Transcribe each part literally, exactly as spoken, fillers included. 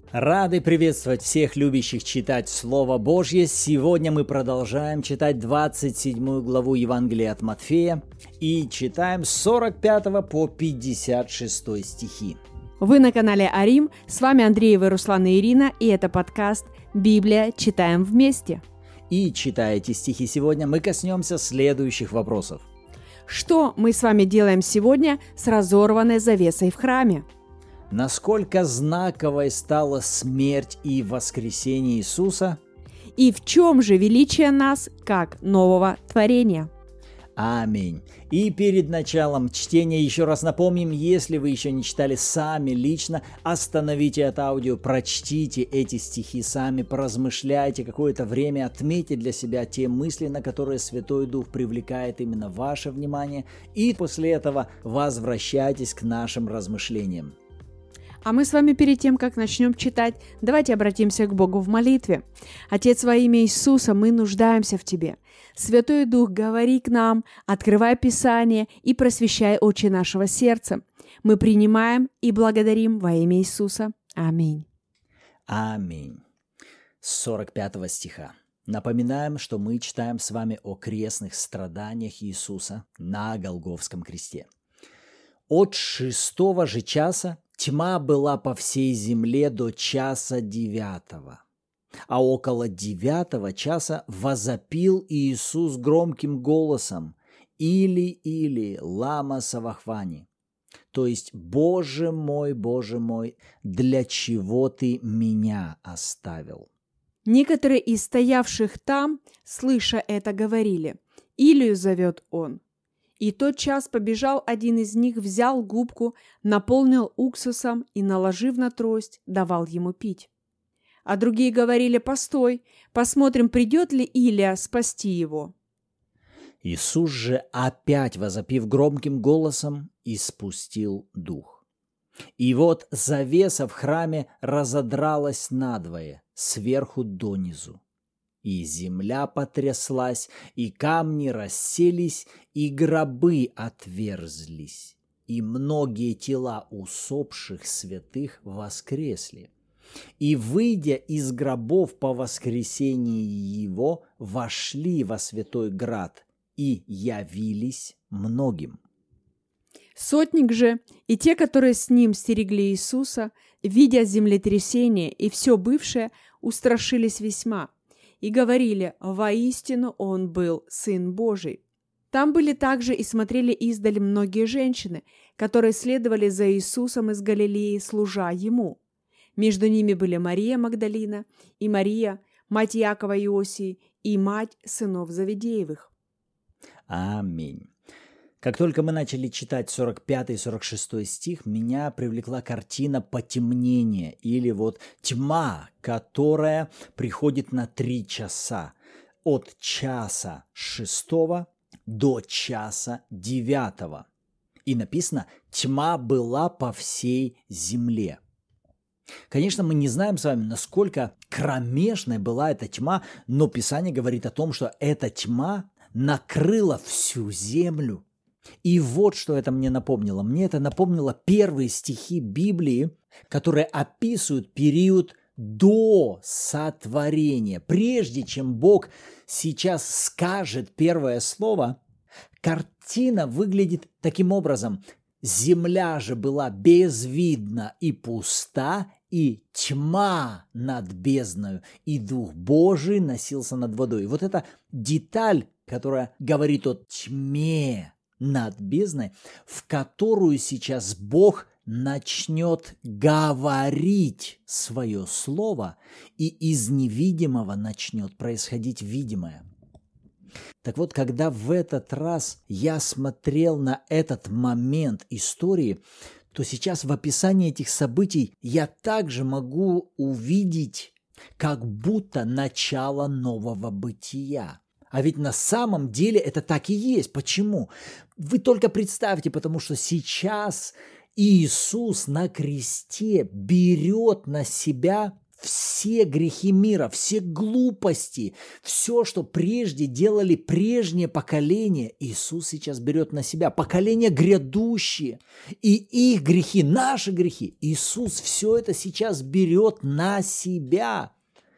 Рады приветствовать всех любящих читать Слово Божье. Сегодня мы продолжаем читать двадцать седьмую главу Евангелия от Матфея и читаем с сорок пятого по пятьдесят шестой стихи. Вы на канале Арим, с вами Андреева Руслан и Ирина, и это подкаст «Библия. Читаем вместе». И читая эти стихи сегодня, мы коснемся следующих вопросов. Что мы с вами делаем сегодня с разорванной завесой в храме? Насколько знаковой стала смерть и воскресение Иисуса? И в чем же величие нас как нового творения? Аминь. И перед началом чтения еще раз напомним, если вы еще не читали сами лично, остановите это аудио, прочтите эти стихи сами, поразмышляйте какое-то время, отметьте для себя те мысли, на которые Святой Дух привлекает именно ваше внимание, и после этого возвращайтесь к нашим размышлениям. А мы с вами перед тем, как начнем читать, давайте обратимся к Богу в молитве. Отец, во имя Иисуса, мы нуждаемся в Тебе. Святой Дух, говори к нам, открывай Писание и просвещай очи нашего сердца. Мы принимаем и благодарим во имя Иисуса. Аминь. Аминь. С сорок пятого стиха. Напоминаем, что мы читаем с вами о крестных страданиях Иисуса на Голгофском кресте. От шестого же часа тьма была по всей земле до часа девятого. А около девятого часа возопил Иисус громким голосом: «Или, или, лама савахвани», то есть «Боже мой, Боже мой, для чего ты меня оставил?» Некоторые из стоявших там, слыша это, говорили: «Илию зовет он». И тотчас побежал один из них, взял губку, наполнил уксусом и, наложив на трость, давал ему пить. А другие говорили: «Постой, посмотрим, придет ли Илия спасти его». Иисус же, опять возопив громким голосом, испустил дух. И вот завеса в храме разодралась надвое, сверху донизу. И земля потряслась, и камни расселись, и гробы отверзлись, и многие тела усопших святых воскресли. И, выйдя из гробов по воскресении его, вошли во святой град и явились многим. Сотник же и те, которые с ним стерегли Иисуса, видя землетрясение и все бывшее, устрашились весьма и говорили: «Воистину он был Сын Божий». Там были также и смотрели издаль многие женщины, которые следовали за Иисусом из Галилеи, служа ему. Между ними были Мария Магдалина и Мария, мать Иакова и Иосии, и мать сынов Завидеевых. Аминь. Как только мы начали читать сорок пятый и сорок шестой стих, меня привлекла картина потемнения, или вот тьма, которая приходит на три часа. От часа шестого до часа девятого. И написано: «Тьма была по всей земле». Конечно, мы не знаем с вами, насколько кромешной была эта тьма, но Писание говорит о том, что эта тьма накрыла всю землю. И вот что это мне напомнило. Мне это напомнило первые стихи Библии, которые описывают период до сотворения. Прежде чем Бог сейчас скажет первое слово, картина выглядит таким образом. Земля же была безвидна и пуста, и тьма над бездною, и Дух Божий носился над водой. И вот эта деталь, которая говорит о тьме над бездной, в которую сейчас Бог начнет говорить свое слово, и из невидимого начнет происходить видимое. Так вот, когда в этот раз я смотрел на этот момент истории, то сейчас в описании этих событий я также могу увидеть как будто начало нового бытия. А ведь на самом деле это так и есть. Почему? Вы только представьте, потому что сейчас Иисус на кресте берет на себя все грехи мира, все глупости, все, что прежде делали прежнее поколение, Иисус сейчас берет на себя, поколение грядущие, и их грехи, наши грехи, Иисус все это сейчас берет на себя,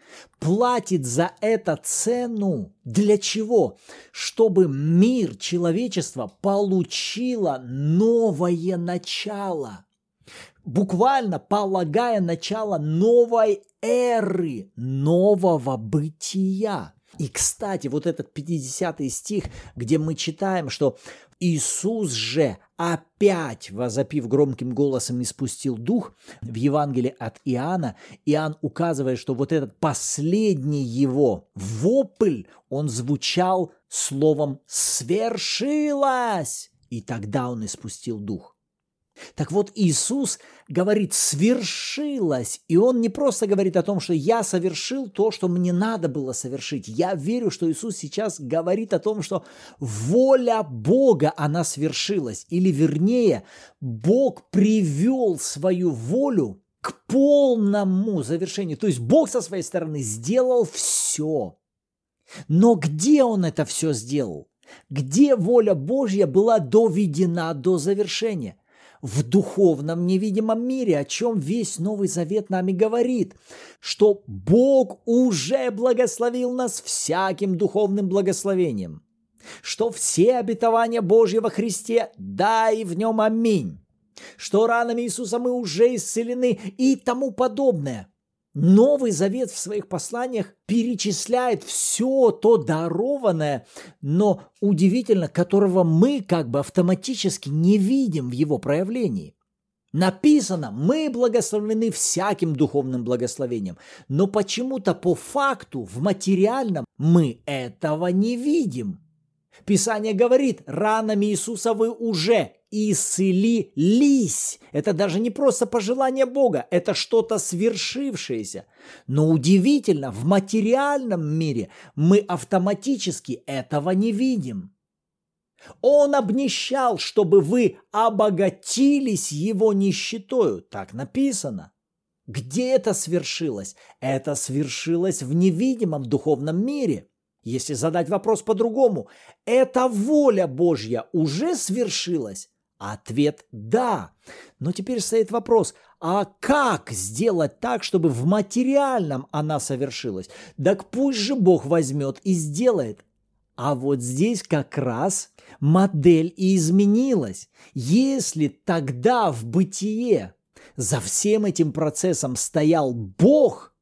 платит за это цену. Для чего? Чтобы мир, человечество получило новое начало. Буквально полагая начало новой эры, нового бытия. И, кстати, вот этот пятидесятый стих, где мы читаем, что Иисус же опять, возопив громким голосом, испустил дух, в Евангелии от Иоанна, Иоанн указывает, что вот этот последний его вопль, он звучал словом «свершилось», и тогда он испустил дух. Так вот, Иисус говорит «свершилось», и Он не просто говорит о том, что я совершил то, что мне надо было совершить. Я верю, что Иисус сейчас говорит о том, что воля Бога, она свершилась. Или вернее, Бог привел свою волю к полному завершению. То есть Бог со своей стороны сделал все. Но где Он это все сделал? Где воля Божья была доведена до завершения? В духовном невидимом мире, о чем весь Новый Завет нами говорит, что Бог уже благословил нас всяким духовным благословением, что все обетования Божьи во Христе, да и в нем аминь, что ранами Иисуса мы уже исцелены и тому подобное. Новый Завет в своих посланиях перечисляет все то дарованное, но удивительно, которого мы как бы автоматически не видим в его проявлении. Написано, мы благословлены всяким духовным благословением, но почему-то по факту в материальном мы этого не видим. Писание говорит, ранами Иисуса вы уже исцелились. Это даже не просто пожелание Бога, это что-то свершившееся. Но удивительно, в материальном мире мы автоматически этого не видим. Он обнищал, чтобы вы обогатились его нищетою. Так написано. Где это свершилось? Это свершилось в невидимом духовном мире. Если задать вопрос по-другому, эта воля Божья уже свершилась? Ответ – да. Но теперь стоит вопрос, а как сделать так, чтобы в материальном она совершилась? Так пусть же Бог возьмет и сделает. А вот здесь как раз модель и изменилась. Если тогда в бытие за всем этим процессом стоял Бог,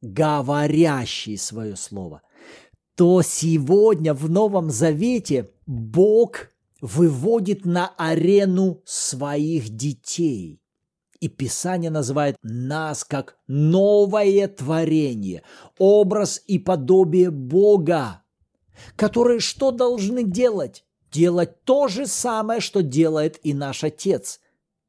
говорящий свое слово, то сегодня в Новом Завете Бог выводит на арену своих детей. И Писание называет нас как новое творение, образ и подобие Бога, которые что должны делать? Делать то же самое, что делает и наш Отец.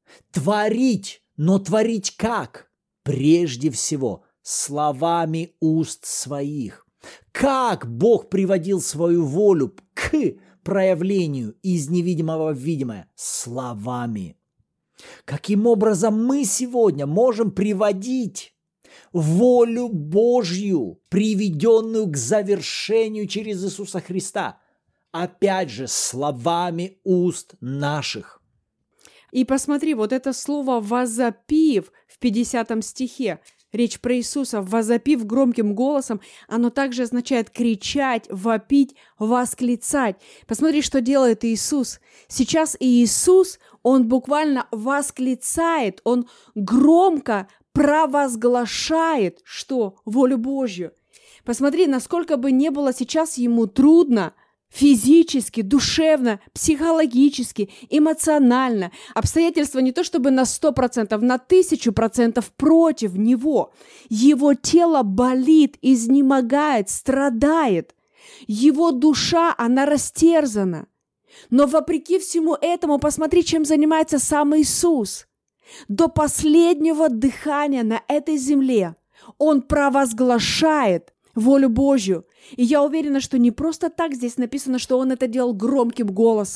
Творить, но творить как? Прежде всего, словами уст своих. Как Бог приводил свою волю к проявлению из невидимого в видимое? Словами. Каким образом мы сегодня можем приводить волю Божью, приведенную к завершению через Иисуса Христа? Опять же, словами уст наших. И посмотри, вот это слово «возопив» в пятидесятом стихе, речь про Иисуса, возопив громким голосом, оно также означает кричать, вопить, восклицать. Посмотри, что делает Иисус. Сейчас Иисус, Он буквально восклицает, Он громко провозглашает, что? Волю Божью. Посмотри, насколько бы не было сейчас Ему трудно, физически, душевно, психологически, эмоционально. Обстоятельства не то чтобы на сто процентов, на тысячу процентов против него. Его тело болит, изнемогает, страдает. Его душа, она растерзана. Но вопреки всему этому, посмотри, чем занимается сам Иисус. До последнего дыхания на этой земле Он провозглашает волю Божью. И я уверена, что не просто так здесь написано, что Он это делал громким голосом.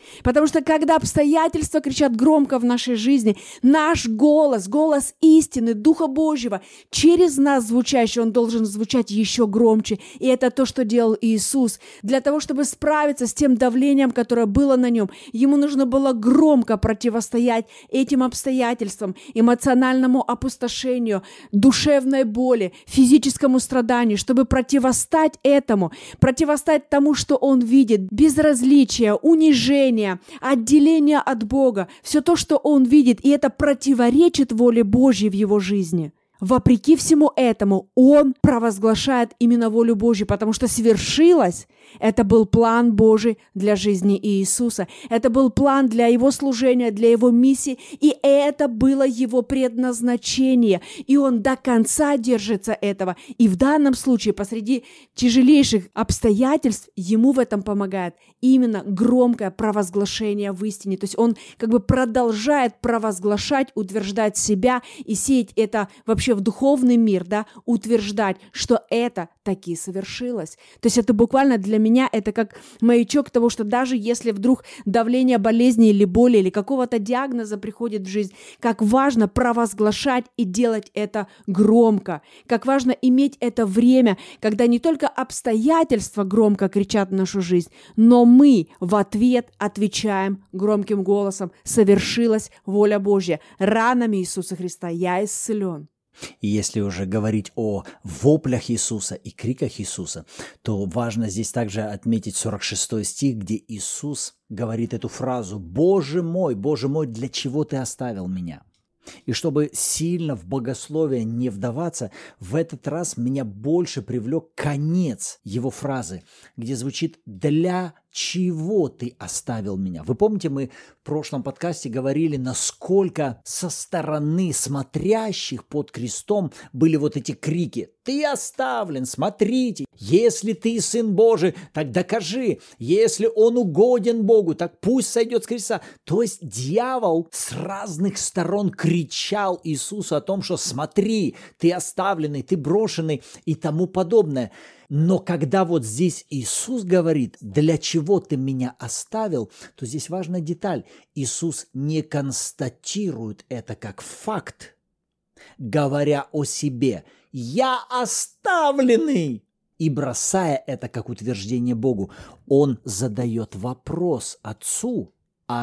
Потому что когда обстоятельства кричат громко в нашей жизни, наш голос, голос истины, Духа Божьего, через нас звучащий, он должен звучать еще громче. И это то, что делал Иисус. Для того, чтобы справиться с тем давлением, которое было на нем, ему нужно было громко противостоять этим обстоятельствам, эмоциональному опустошению, душевной боли, физическому страданию, чтобы противостать этому, противостать тому, что он видит, безразличие, унижение, отделение от Бога, все то, что он видит, и это противоречит воле Божьей в его жизни. Вопреки всему этому, он провозглашает именно волю Божью, потому что свершилось. Это был план Божий для жизни Иисуса. Это был план для его служения, для его миссии, и это было его предназначение. И он до конца держится этого. И в данном случае, посреди тяжелейших обстоятельств, ему в этом помогает именно громкое провозглашение в истине. То есть он как бы продолжает провозглашать, утверждать себя и сеять это вообще в духовный мир, да, утверждать, что это таки совершилось. То есть это буквально для меня это как маячок того, что даже если вдруг давление болезни или боли или какого-то диагноза приходит в жизнь, как важно провозглашать и делать это громко, как важно иметь это время, когда не только обстоятельства громко кричат в нашу жизнь, но мы в ответ отвечаем громким голосом: «Совершилась воля Божья, ранами Иисуса Христа я исцелен». И если уже говорить о воплях Иисуса и криках Иисуса, то важно здесь также отметить сорок шестой стих, где Иисус говорит эту фразу: «Боже мой, Боже мой, для чего ты оставил меня?» И чтобы сильно в богословие не вдаваться, в этот раз меня больше привлек конец его фразы, где звучит: «Для чего ты оставил меня?» Вы помните, мы в прошлом подкасте говорили, насколько со стороны смотрящих под крестом были вот эти крики: «Ты оставлен, смотрите! Если ты Сын Божий, так докажи! Если Он угоден Богу, так пусть сойдет с креста!» То есть дьявол с разных сторон кричал Иисусу о том, что смотри, ты оставленный, ты брошенный и тому подобное. Но когда вот здесь Иисус говорит: «Для чего ты меня оставил?», то здесь важная деталь. Иисус не констатирует это как факт, говоря о себе: «Я оставленный», и бросая это как утверждение Богу. Он задает вопрос Отцу,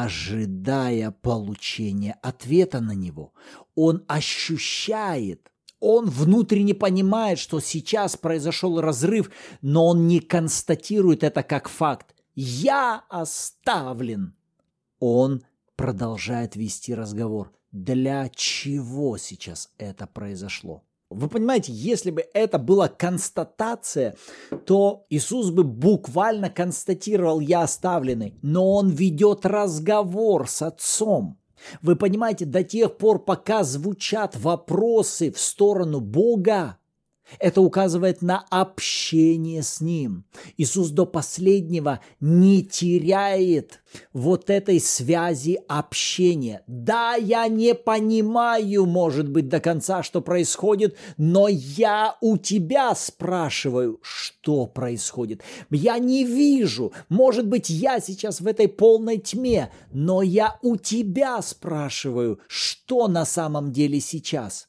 ожидая получения ответа на него. Он ощущает, он внутренне понимает, что сейчас произошел разрыв, но он не констатирует это как факт. «Я оставлен». Он продолжает вести разговор. Для чего сейчас это произошло? Вы понимаете, если бы это была констатация, то Иисус бы буквально констатировал: «Я оставленный». Но Он ведет разговор с Отцом. Вы понимаете, до тех пор, пока звучат вопросы в сторону Бога, это указывает на общение с Ним. Иисус до последнего не теряет вот этой связи общения. Да, я не понимаю, может быть, до конца, что происходит, но я у тебя спрашиваю, что происходит. Я не вижу, может быть, я сейчас в этой полной тьме, но я у тебя спрашиваю, что на самом деле сейчас.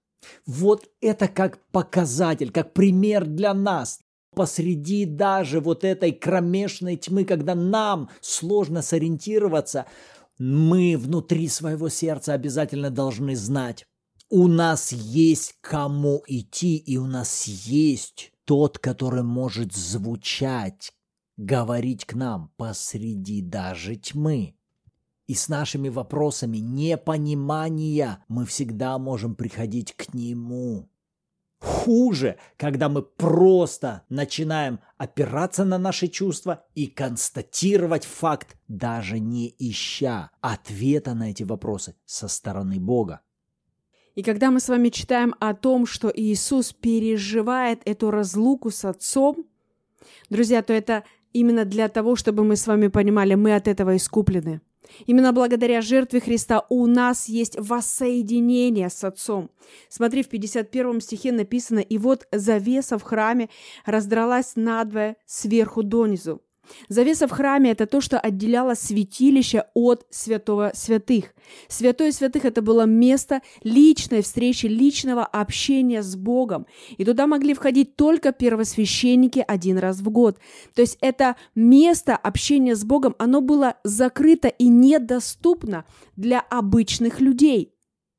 Вот это как показатель, как пример для нас. Посреди даже вот этой кромешной тьмы, когда нам сложно сориентироваться, мы внутри своего сердца обязательно должны знать: у нас есть кому идти, и у нас есть тот, который может звучать, говорить к нам посреди даже тьмы. И с нашими вопросами непонимания мы всегда можем приходить к Нему. Хуже, когда мы просто начинаем опираться на наши чувства и констатировать факт, даже не ища ответа на эти вопросы со стороны Бога. И когда мы с вами читаем о том, что Иисус переживает эту разлуку с Отцом, друзья, то это именно для того, чтобы мы с вами понимали, мы от этого искуплены. Именно благодаря жертве Христа у нас есть воссоединение с Отцом. Смотри, в пятьдесят первом стихе написано: «И вот завеса в храме раздралась надвое сверху донизу». Завеса в храме – это то, что отделяло святилище от святого святых. Святое святых – это было место личной встречи, личного общения с Богом. И туда могли входить только первосвященники один раз в год. То есть это место общения с Богом, оно было закрыто и недоступно для обычных людей.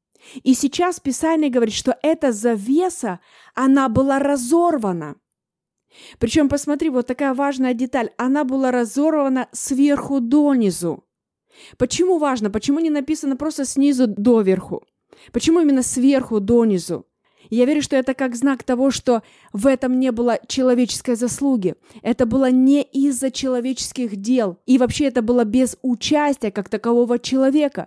И сейчас Писание говорит, что эта завеса, она была разорвана. Причем, посмотри, вот такая важная деталь. Она была разорвана сверху донизу. Почему важно? Почему не написано просто снизу доверху? Почему именно сверху донизу? Я верю, что это как знак того, что в этом не было человеческой заслуги. Это было не из-за человеческих дел. И вообще это было без участия как такового человека.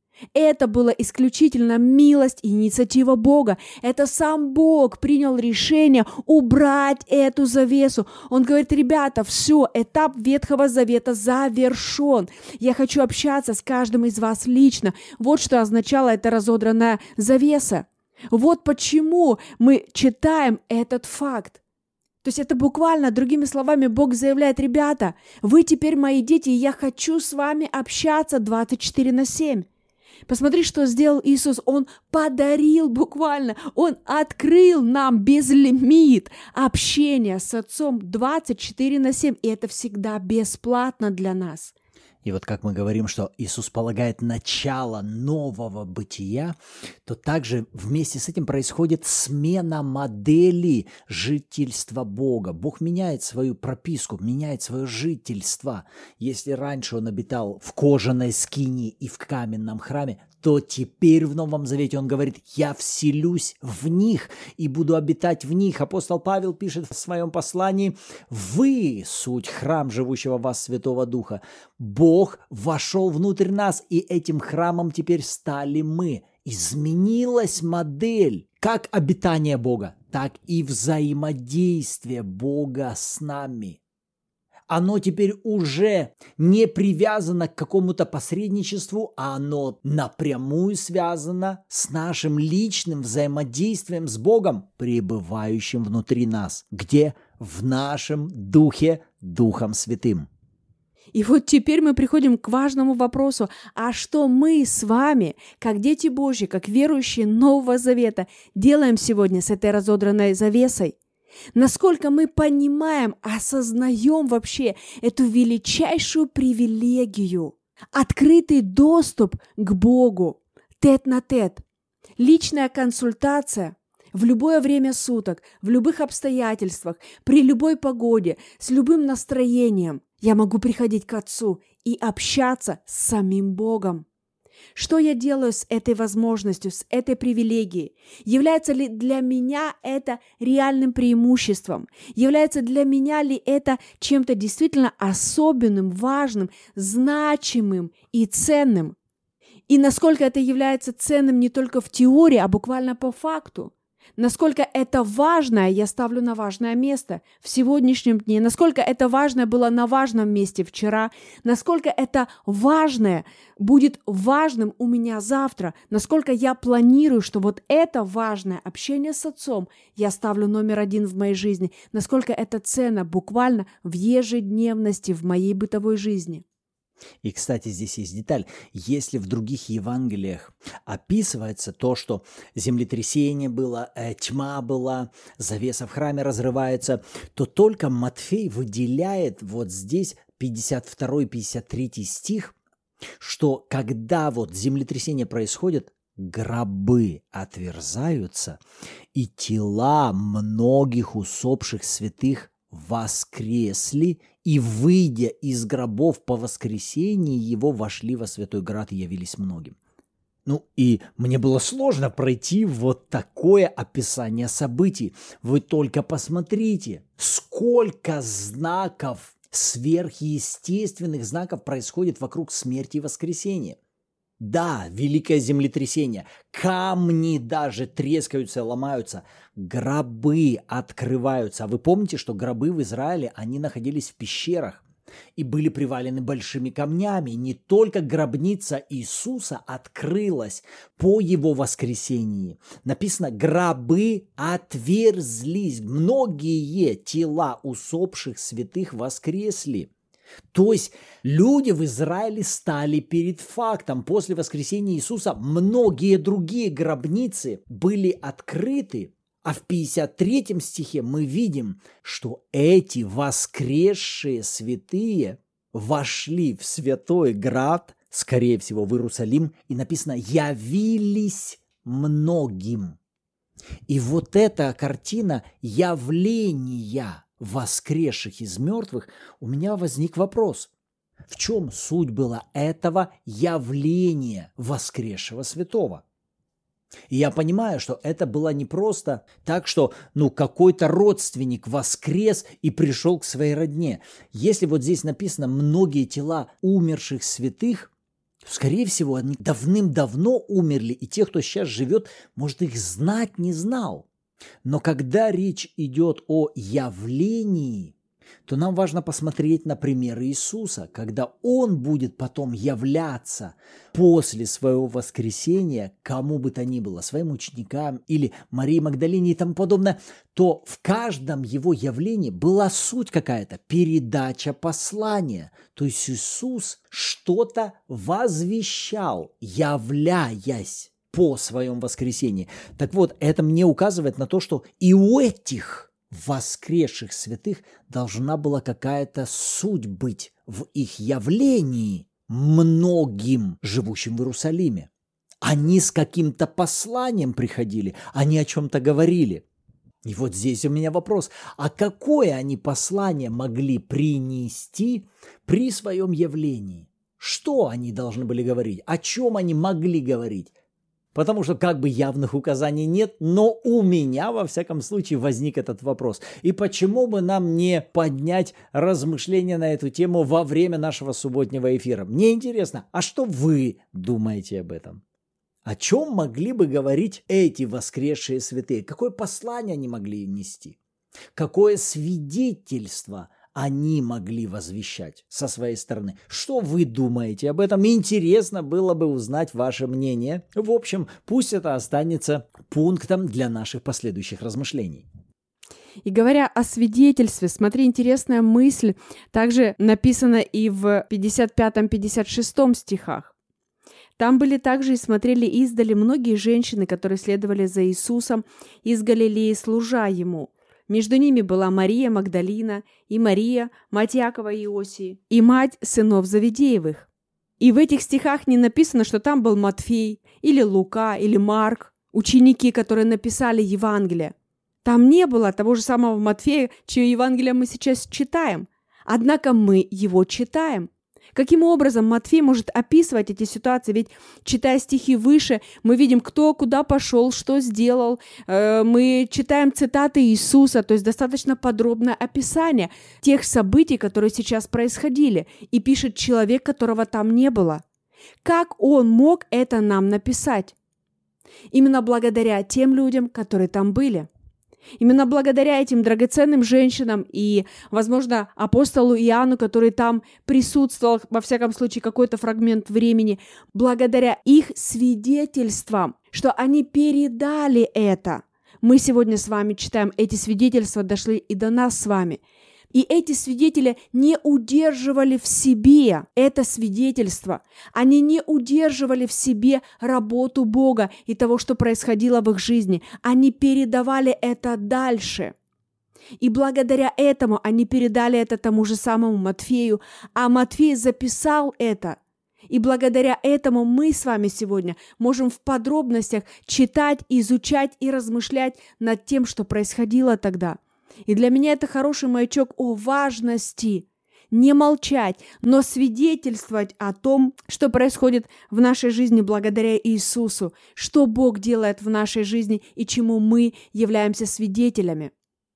Это была исключительно милость и инициатива Бога. Это сам Бог принял решение убрать эту завесу. Он говорит: ребята, все, этап Ветхого Завета завершен. Я хочу общаться с каждым из вас лично. Вот что означала эта разодранная завеса. Вот почему мы читаем этот факт. То есть это буквально, другими словами, Бог заявляет: ребята, вы теперь мои дети, и я хочу с вами общаться двадцать четыре на семь. Посмотри, что сделал Иисус. Он подарил буквально, Он открыл нам безлимит общения с Отцом двадцать четыре на семь. И это всегда бесплатно для нас. И вот как мы говорим, что Иисус полагает начало нового бытия, то также вместе с этим происходит смена модели жительства Бога. Бог меняет свою прописку, меняет свое жительство. Если раньше Он обитал в кожаной скинии и в каменном храме, то теперь в Новом Завете Он говорит: «Я вселюсь в них и буду обитать в них». Апостол Павел пишет в своем послании: «Вы суть храм живущего в вас Святого Духа». Бог вошел внутрь нас, и этим храмом теперь стали мы. Изменилась модель как обитания Бога, так и взаимодействие Бога с нами. Оно теперь уже не привязано к какому-то посредничеству, а оно напрямую связано с нашим личным взаимодействием с Богом, пребывающим внутри нас. Где? В нашем духе, Духом Святым. И вот теперь мы приходим к важному вопросу: а что мы с вами, как дети Божьи, как верующие Нового Завета, делаем сегодня с этой разодранной завесой? Насколько мы понимаем, осознаем вообще эту величайшую привилегию, открытый доступ к Богу, тет-на-тет, личная консультация в любое время суток, в любых обстоятельствах, при любой погоде, с любым настроением. Я могу приходить к Отцу и общаться с самим Богом. Что я делаю с этой возможностью, с этой привилегией? Является ли для меня это реальным преимуществом? Является для меня ли это чем-то действительно особенным, важным, значимым и ценным? И насколько это является ценным не только в теории, а буквально по факту? Насколько это важное я ставлю на важное место в сегодняшнем дне, насколько это важное было на важном месте вчера, насколько это важное будет важным у меня завтра, насколько я планирую, что вот это важное общение с Отцом я ставлю номер один в моей жизни, насколько это ценно буквально в ежедневности в моей бытовой жизни. И, кстати, здесь есть деталь. Если в других Евангелиях описывается то, что землетрясение было, э, тьма была, завеса в храме разрывается, то только Матфей выделяет вот здесь пятьдесят второй пятьдесят третий стих, что когда вот землетрясение происходит, гробы отверзаются, и тела многих усопших святых воскресли, и, выйдя из гробов по воскресении его, вошли во Святой Град и явились многим. Ну и мне было сложно пройти вот такое описание событий. Вы только посмотрите, сколько знаков, сверхъестественных знаков происходит вокруг смерти и воскресения. Да, великое землетрясение, камни даже трескаются, ломаются, гробы открываются. А вы помните, что гробы в Израиле, они находились в пещерах и были привалены большими камнями. Не только гробница Иисуса открылась по его воскресении. Написано, гробы отверзлись, многие тела усопших святых воскресли. То есть люди в Израиле стали перед фактом. После воскресения Иисуса многие другие гробницы были открыты, а в пятьдесят третьем стихе мы видим, что эти воскресшие святые вошли в святой град, скорее всего, в Иерусалим, и написано «явились многим». И вот эта картина явления воскресших из мертвых, у меня возник вопрос. В чем суть была этого явления воскресшего святого? И я понимаю, что это было не просто так, что ну, какой-то родственник воскрес и пришел к своей родне. Если вот здесь написано «многие тела умерших святых», скорее всего, они давным-давно умерли, и те, кто сейчас живет, может, их знать не знал. Но когда речь идет о явлении, то нам важно посмотреть на пример Иисуса, когда Он будет потом являться после своего воскресения кому бы то ни было, своим ученикам или Марии Магдалине и тому подобное, то в каждом Его явлении была суть какая-то, передача послания. То есть Иисус что-то возвещал, являясь по своем воскресении. Так вот, это мне указывает на то, что и у этих воскресших святых должна была какая-то суть быть в их явлении многим живущим в Иерусалиме. Они с каким-то посланием приходили, они о чем-то говорили. И вот здесь у меня вопрос, а какое они послание могли принести при своем явлении? Что они должны были говорить? О чем они могли говорить? Потому что как бы явных указаний нет, но у меня, во всяком случае, возник этот вопрос. И почему бы нам не поднять размышления на эту тему во время нашего субботнего эфира? Мне интересно, а что вы думаете об этом? О чем могли бы говорить эти воскресшие святые? Какое послание они могли нести? Какое свидетельство они могли возвещать со своей стороны? Что вы думаете об этом? Интересно было бы узнать ваше мнение. В общем, пусть это останется пунктом для наших последующих размышлений. И говоря о свидетельстве, смотри, интересная мысль, также написана и в пятьдесят пятом — пятьдесят шестом стихах. Там были также и смотрели издали многие женщины, которые следовали за Иисусом из Галилеи, служа Ему. Между ними была Мария Магдалина и Мария, мать Иакова и Иосии, и мать сынов Завидеевых. И в этих стихах не написано, что там был Матфей, или Лука, или Марк, ученики, которые написали Евангелие. Там не было того же самого Матфея, чье Евангелие мы сейчас читаем. Однако мы его читаем. Каким образом Матфей может описывать эти ситуации? Ведь, читая стихи выше, мы видим, кто куда пошел, что сделал. Мы читаем цитаты Иисуса, то есть достаточно подробное описание тех событий, которые сейчас происходили. И пишет человек, которого там не было. Как он мог это нам написать? Именно благодаря тем людям, которые там были. Именно благодаря этим драгоценным женщинам и, возможно, апостолу Иоанну, который там присутствовал, во всяком случае, какой-то фрагмент времени, благодаря их свидетельствам, что они передали это. Мы сегодня с вами читаем, эти свидетельства дошли и до нас с вами. И эти свидетели не удерживали в себе это свидетельство. Они не удерживали в себе работу Бога и того, что происходило в их жизни. Они передавали это дальше. И благодаря этому они передали это тому же самому Матфею, а Матфей записал это. И благодаря этому мы с вами сегодня можем в подробностях читать, изучать и размышлять над тем, что происходило тогда. И для меня это хороший маячок о важности не молчать, но свидетельствовать о том, что происходит в нашей жизни благодаря Иисусу, что Бог делает в нашей жизни и чему мы являемся свидетелями.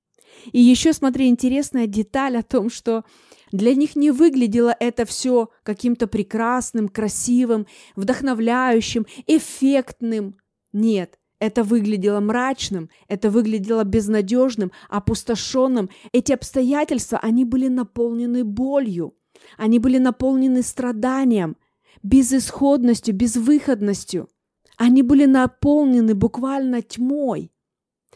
И еще, смотри, интересная деталь о том, что для них не выглядело это все каким-то прекрасным, красивым, вдохновляющим, эффектным. Нет. Это выглядело мрачным, это выглядело безнадежным, опустошенным. Эти обстоятельства, они были наполнены болью, они были наполнены страданием, безысходностью, безвыходностью. Они были наполнены буквально тьмой.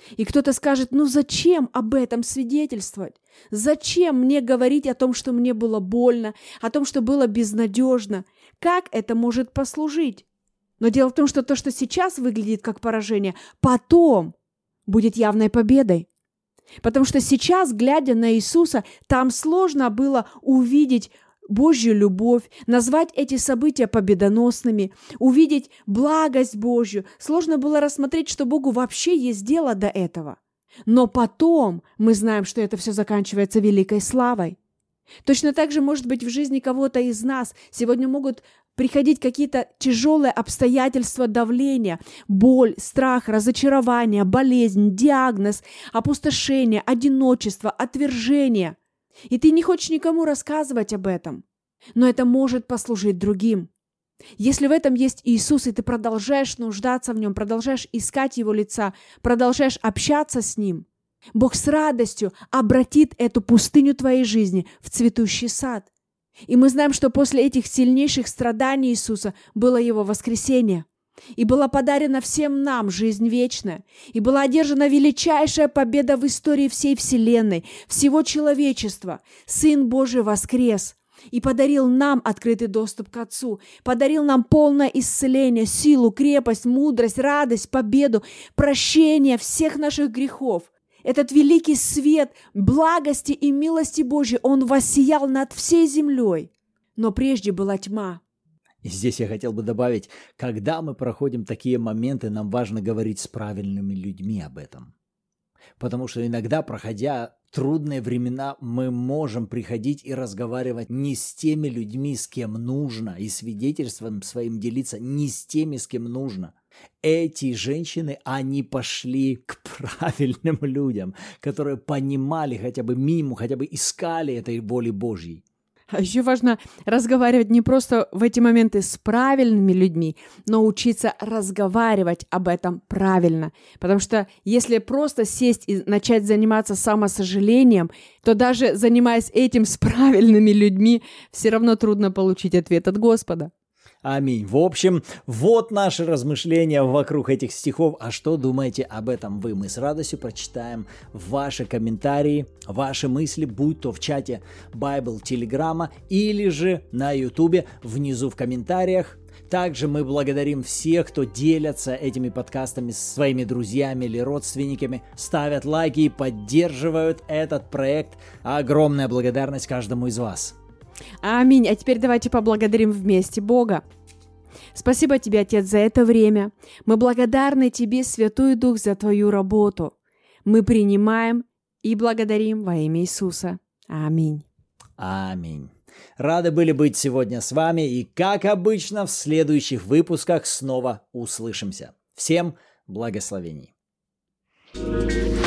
И кто-то скажет, ну зачем об этом свидетельствовать? Зачем мне говорить о том, что мне было больно, о том, что было безнадежно? Как это может послужить? Но дело в том, что то, что сейчас выглядит как поражение, потом будет явной победой. Потому что сейчас, глядя на Иисуса, там сложно было увидеть Божью любовь, назвать эти события победоносными, увидеть благость Божью. Сложно было рассмотреть, что Богу вообще есть дело до этого. Но потом мы знаем, что это все заканчивается великой славой. Точно так же, может быть, в жизни кого-то из нас сегодня могут приходить какие-то тяжелые обстоятельства давления, боль, страх, разочарование, болезнь, диагноз, опустошение, одиночество, отвержение. И ты не хочешь никому рассказывать об этом, но это может послужить другим. Если в этом есть Иисус, и ты продолжаешь нуждаться в Нем, продолжаешь искать Его лица, продолжаешь общаться с Ним, Бог с радостью обратит эту пустыню твоей жизни в цветущий сад. И мы знаем, что после этих сильнейших страданий Иисуса было Его воскресение. И была подарена всем нам жизнь вечная. И была одержана величайшая победа в истории всей Вселенной, всего человечества. Сын Божий воскрес и подарил нам открытый доступ к Отцу, подарил нам полное исцеление, силу, крепость, мудрость, радость, победу, прощение всех наших грехов. Этот великий свет благости и милости Божьей, он воссиял над всей землей. Но прежде была тьма. И здесь я хотел бы добавить, когда мы проходим такие моменты, нам важно говорить с правильными людьми об этом. Потому что иногда, проходя трудные времена, мы можем приходить и разговаривать не с теми людьми, с кем нужно, и свидетельством своим делиться не с теми, с кем нужно. Эти женщины, они пошли к правильным людям, которые понимали хотя бы минимум, хотя бы искали этой воли Божьей. А еще важно разговаривать не просто в эти моменты с правильными людьми, но учиться разговаривать об этом правильно. Потому что если просто сесть и начать заниматься самосожалением, то даже занимаясь этим с правильными людьми, все равно трудно получить ответ от Господа. Аминь. В общем, вот наши размышления вокруг этих стихов. А что думаете об этом вы? Мы с радостью прочитаем ваши комментарии, ваши мысли, будь то в чате Bible, Телеграма или же на Ютубе внизу в комментариях. Также мы благодарим всех, кто делятся этими подкастами со своими друзьями или родственниками, ставят лайки и поддерживают этот проект. Огромная благодарность каждому из вас. Аминь. А теперь давайте поблагодарим вместе Бога. Спасибо тебе, Отец, за это время. Мы благодарны тебе, Святой Дух, за твою работу. Мы принимаем и благодарим во имя Иисуса. Аминь. Аминь. Рады были быть сегодня с вами, и, как обычно, в следующих выпусках снова услышимся. Всем благословений.